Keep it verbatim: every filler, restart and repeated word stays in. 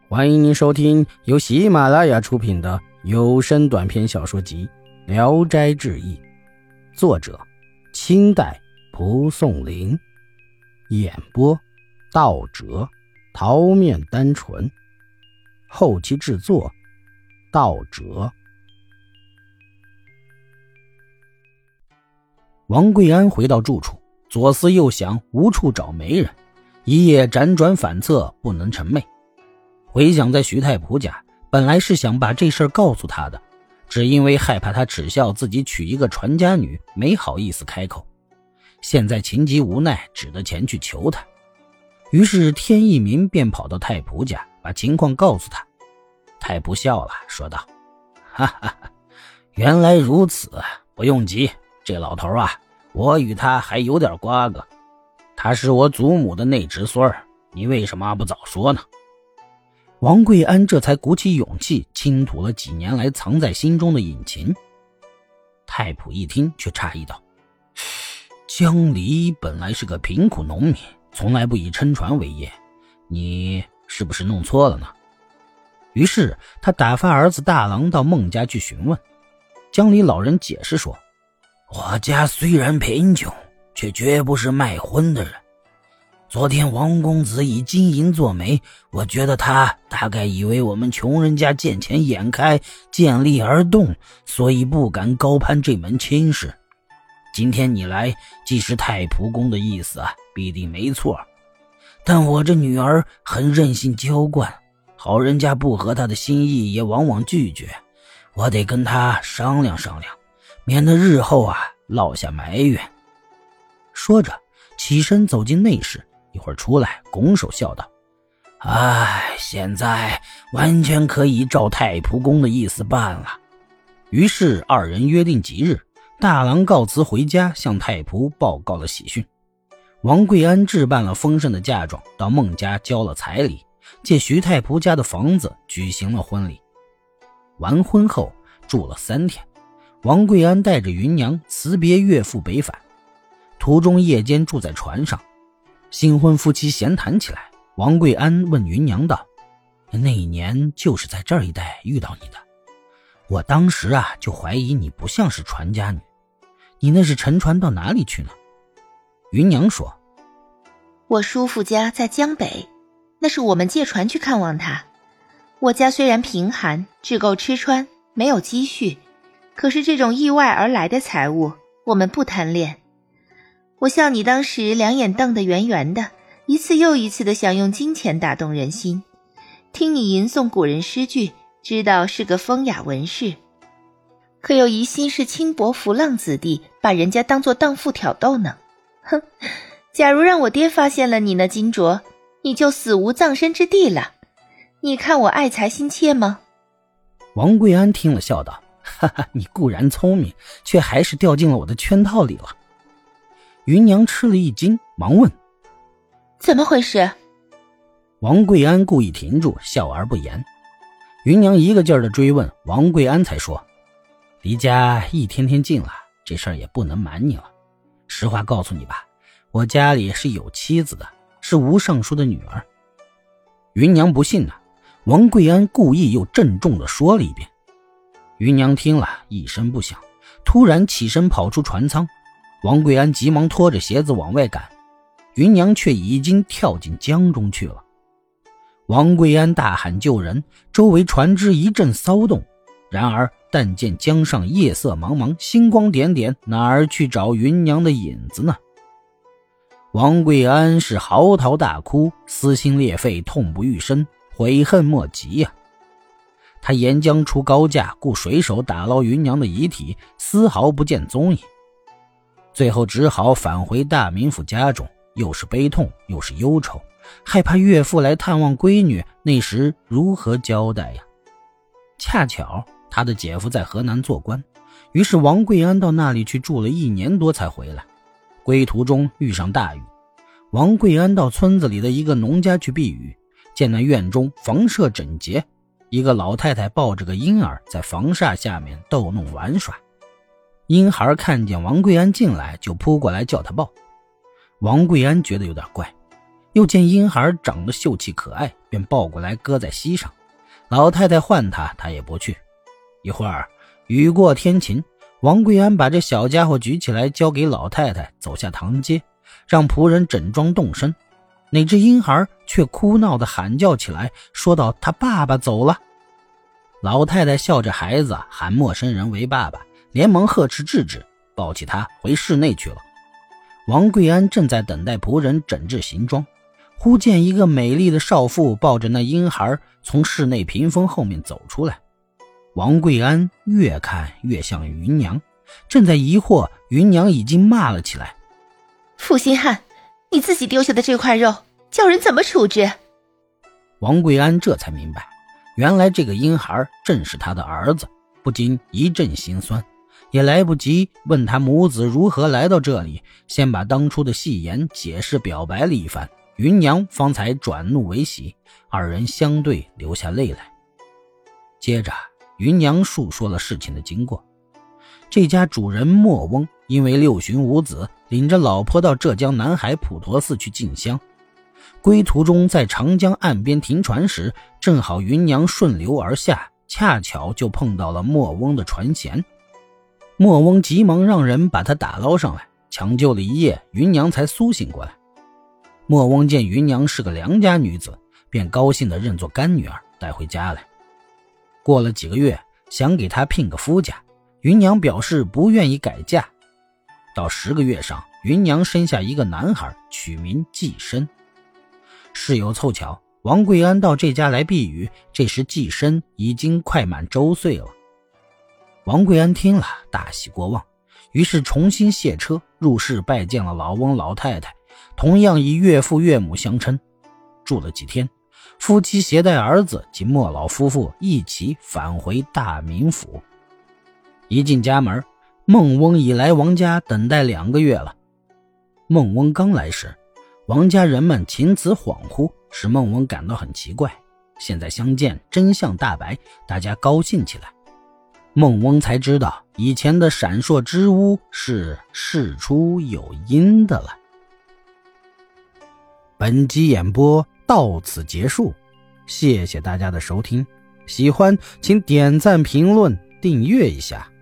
欢迎您收听由喜马拉雅出品的有声短篇小说集《聊斋志异》，作者清代蒲松龄，演播道哲、桃面单纯，后期制作道哲。王贵安回到住处，左思右想，无处找媒人，一夜辗转反侧，不能成寐。回想在徐太仆家，本来是想把这事告诉他的，只因为害怕他耻笑自己娶一个传家女，没好意思开口。现在情急无奈，只得前去求他。于是天一明便跑到太仆家，把情况告诉他。太仆笑了，说道：哈哈哈，原来如此，不用急，这老头啊，我与他还有点瓜葛，他是我祖母的内侄孙儿，你为什么不早说呢？王贵安这才鼓起勇气，倾吐了几年来藏在心中的隐情。太仆一听却诧异道：江离本来是个贫苦农民，从来不以撑船为业，你是不是弄错了呢？于是他打发儿子大郎到孟家去询问。江离老人解释说：我家虽然贫穷，却绝不是卖荤的人。昨天王公子以金银做媒，我觉得他大概以为我们穷人家见钱眼开，见利而动，所以不敢高攀这门亲事。今天你来，既是太仆公的意思啊，必定没错。但我这女儿很任性娇惯，好人家不合她的心意，也往往拒绝。我得跟她商量商量，免得日后啊落下埋怨。说着，起身走进内室。一会儿出来，拱手笑道：哎，现在完全可以照太仆公的意思办了。于是二人约定吉日，大郎告辞回家，向太仆报告了喜讯。王贵安置办了丰盛的嫁妆，到孟家交了彩礼，借徐太仆家的房子举行了婚礼。完婚后住了三天，王贵安带着芸娘辞别岳父北返，途中夜间住在船上。新婚夫妻闲谈起来，王贵安问芸娘道：那一年就是在这儿一带遇到你的，我当时啊就怀疑你不像是传家女，你那是乘船到哪里去呢？芸娘说： 我叔父家在江北，那是我们借船去看望他。我家虽然贫寒，只够吃穿，没有积蓄，可是这种意外而来的财物，我们不贪恋。我笑你当时两眼瞪得圆圆的，一次又一次地想用金钱打动人心。听你吟诵古人诗句，知道是个风雅文士，可有疑心是轻薄浮浪子弟，把人家当作荡妇挑逗呢？哼，假如让我爹发现了你那金镯，你就死无葬身之地了。你看我爱财心切吗？ 王贵安听了笑道：哈哈，你固然聪明，却还是掉进了我的圈套里了。芸娘吃了一惊，忙问： 怎么回事？ 王贵安故意停住，笑而不言。芸娘一个劲儿地追问，王贵安才说：离家一天天近了，这事儿也不能瞒你了。实话告诉你吧，我家里是有妻子的，是吴尚书的女儿。芸娘不信啊，王贵安故意又郑重地说了一遍。芸娘听了一声不响，突然起身跑出船舱。王贵安急忙拖着鞋子往外赶，芸娘却已经跳进江中去了。王贵安大喊救人，周围船只一阵骚动，然而但见江上夜色茫茫，星光点点，哪儿去找芸娘的影子呢？王贵安是嚎啕大哭，撕心裂肺，痛不欲生，悔恨莫及呀、啊！他沿江出高架，雇水手打捞芸娘的遗体，丝毫不见踪影。最后只好返回大名府家中，又是悲痛又是忧愁，害怕岳父来探望闺女，那时如何交代呀？恰巧他的姐夫在河南做官，于是王贵安到那里去住了一年多才回来。归途中遇上大雨，王贵安到村子里的一个农家去避雨，见那院中房舍整洁，一个老太太抱着个婴儿在房厦下面逗弄玩耍。婴孩看见王贵安进来，就扑过来叫他抱。王贵安觉得有点怪， 又见婴孩长得秀气可爱，便抱过来搁在膝上。老太太唤他，他也不去。一会儿雨过天晴，王贵安把这小家伙举起来交给老太太，走下堂阶，让仆人整装动身。哪知婴孩却哭闹地喊叫起来，说道他爸爸走了。老太太笑着孩子喊陌生人为爸爸，连忙呵斥制止，抱起他回室内去了。王贵安正在等待仆人整治行装，忽见一个美丽的少妇抱着那婴孩从室内屏风后面走出来。王贵安越看越像芸娘，正在疑惑，芸娘已经骂了起来： 负心汉，你自己丢下的这块肉叫人怎么处置？ 王贵安这才明白，原来这个婴孩正是他的儿子，不禁一阵心酸，也来不及问他母子如何来到这里，先把当初的戏言解释表白了一番，芸娘方才转怒为喜，二人相对流下泪来。接着芸娘述说了事情的经过。这家主人莫翁因为六旬无子，领着老婆到浙江南海普陀寺去进香，归途中在长江岸边停船时，正好芸娘顺流而下，恰巧就碰到了莫翁的船舷。莫翁急忙让人把他打捞上来，抢救了一夜，芸娘才苏醒过来。莫翁见芸娘是个良家女子，便高兴地认作干女儿带回家来。过了几个月，想给她聘个夫家，芸娘表示不愿意改嫁。到十个月上，芸娘生下一个男孩，取名季申。事有凑巧，王贵安到这家来避雨，这时季申已经快满周岁了。王贵安听了大喜过望，于是重新卸车入室拜见了老翁老太太，同样以岳父岳母相称。住了几天，夫妻携带儿子及莫老夫妇一起返回大名府。一进家门，孟翁已来王家等待两个月了。孟翁刚来时，王家人们情辞恍惚，使孟翁感到很奇怪。现在相见，真相大白，大家高兴起来。孟翁才知道以前的闪烁之屋是事出有因的了。本集演播到此结束，谢谢大家的收听，喜欢请点赞评论订阅一下。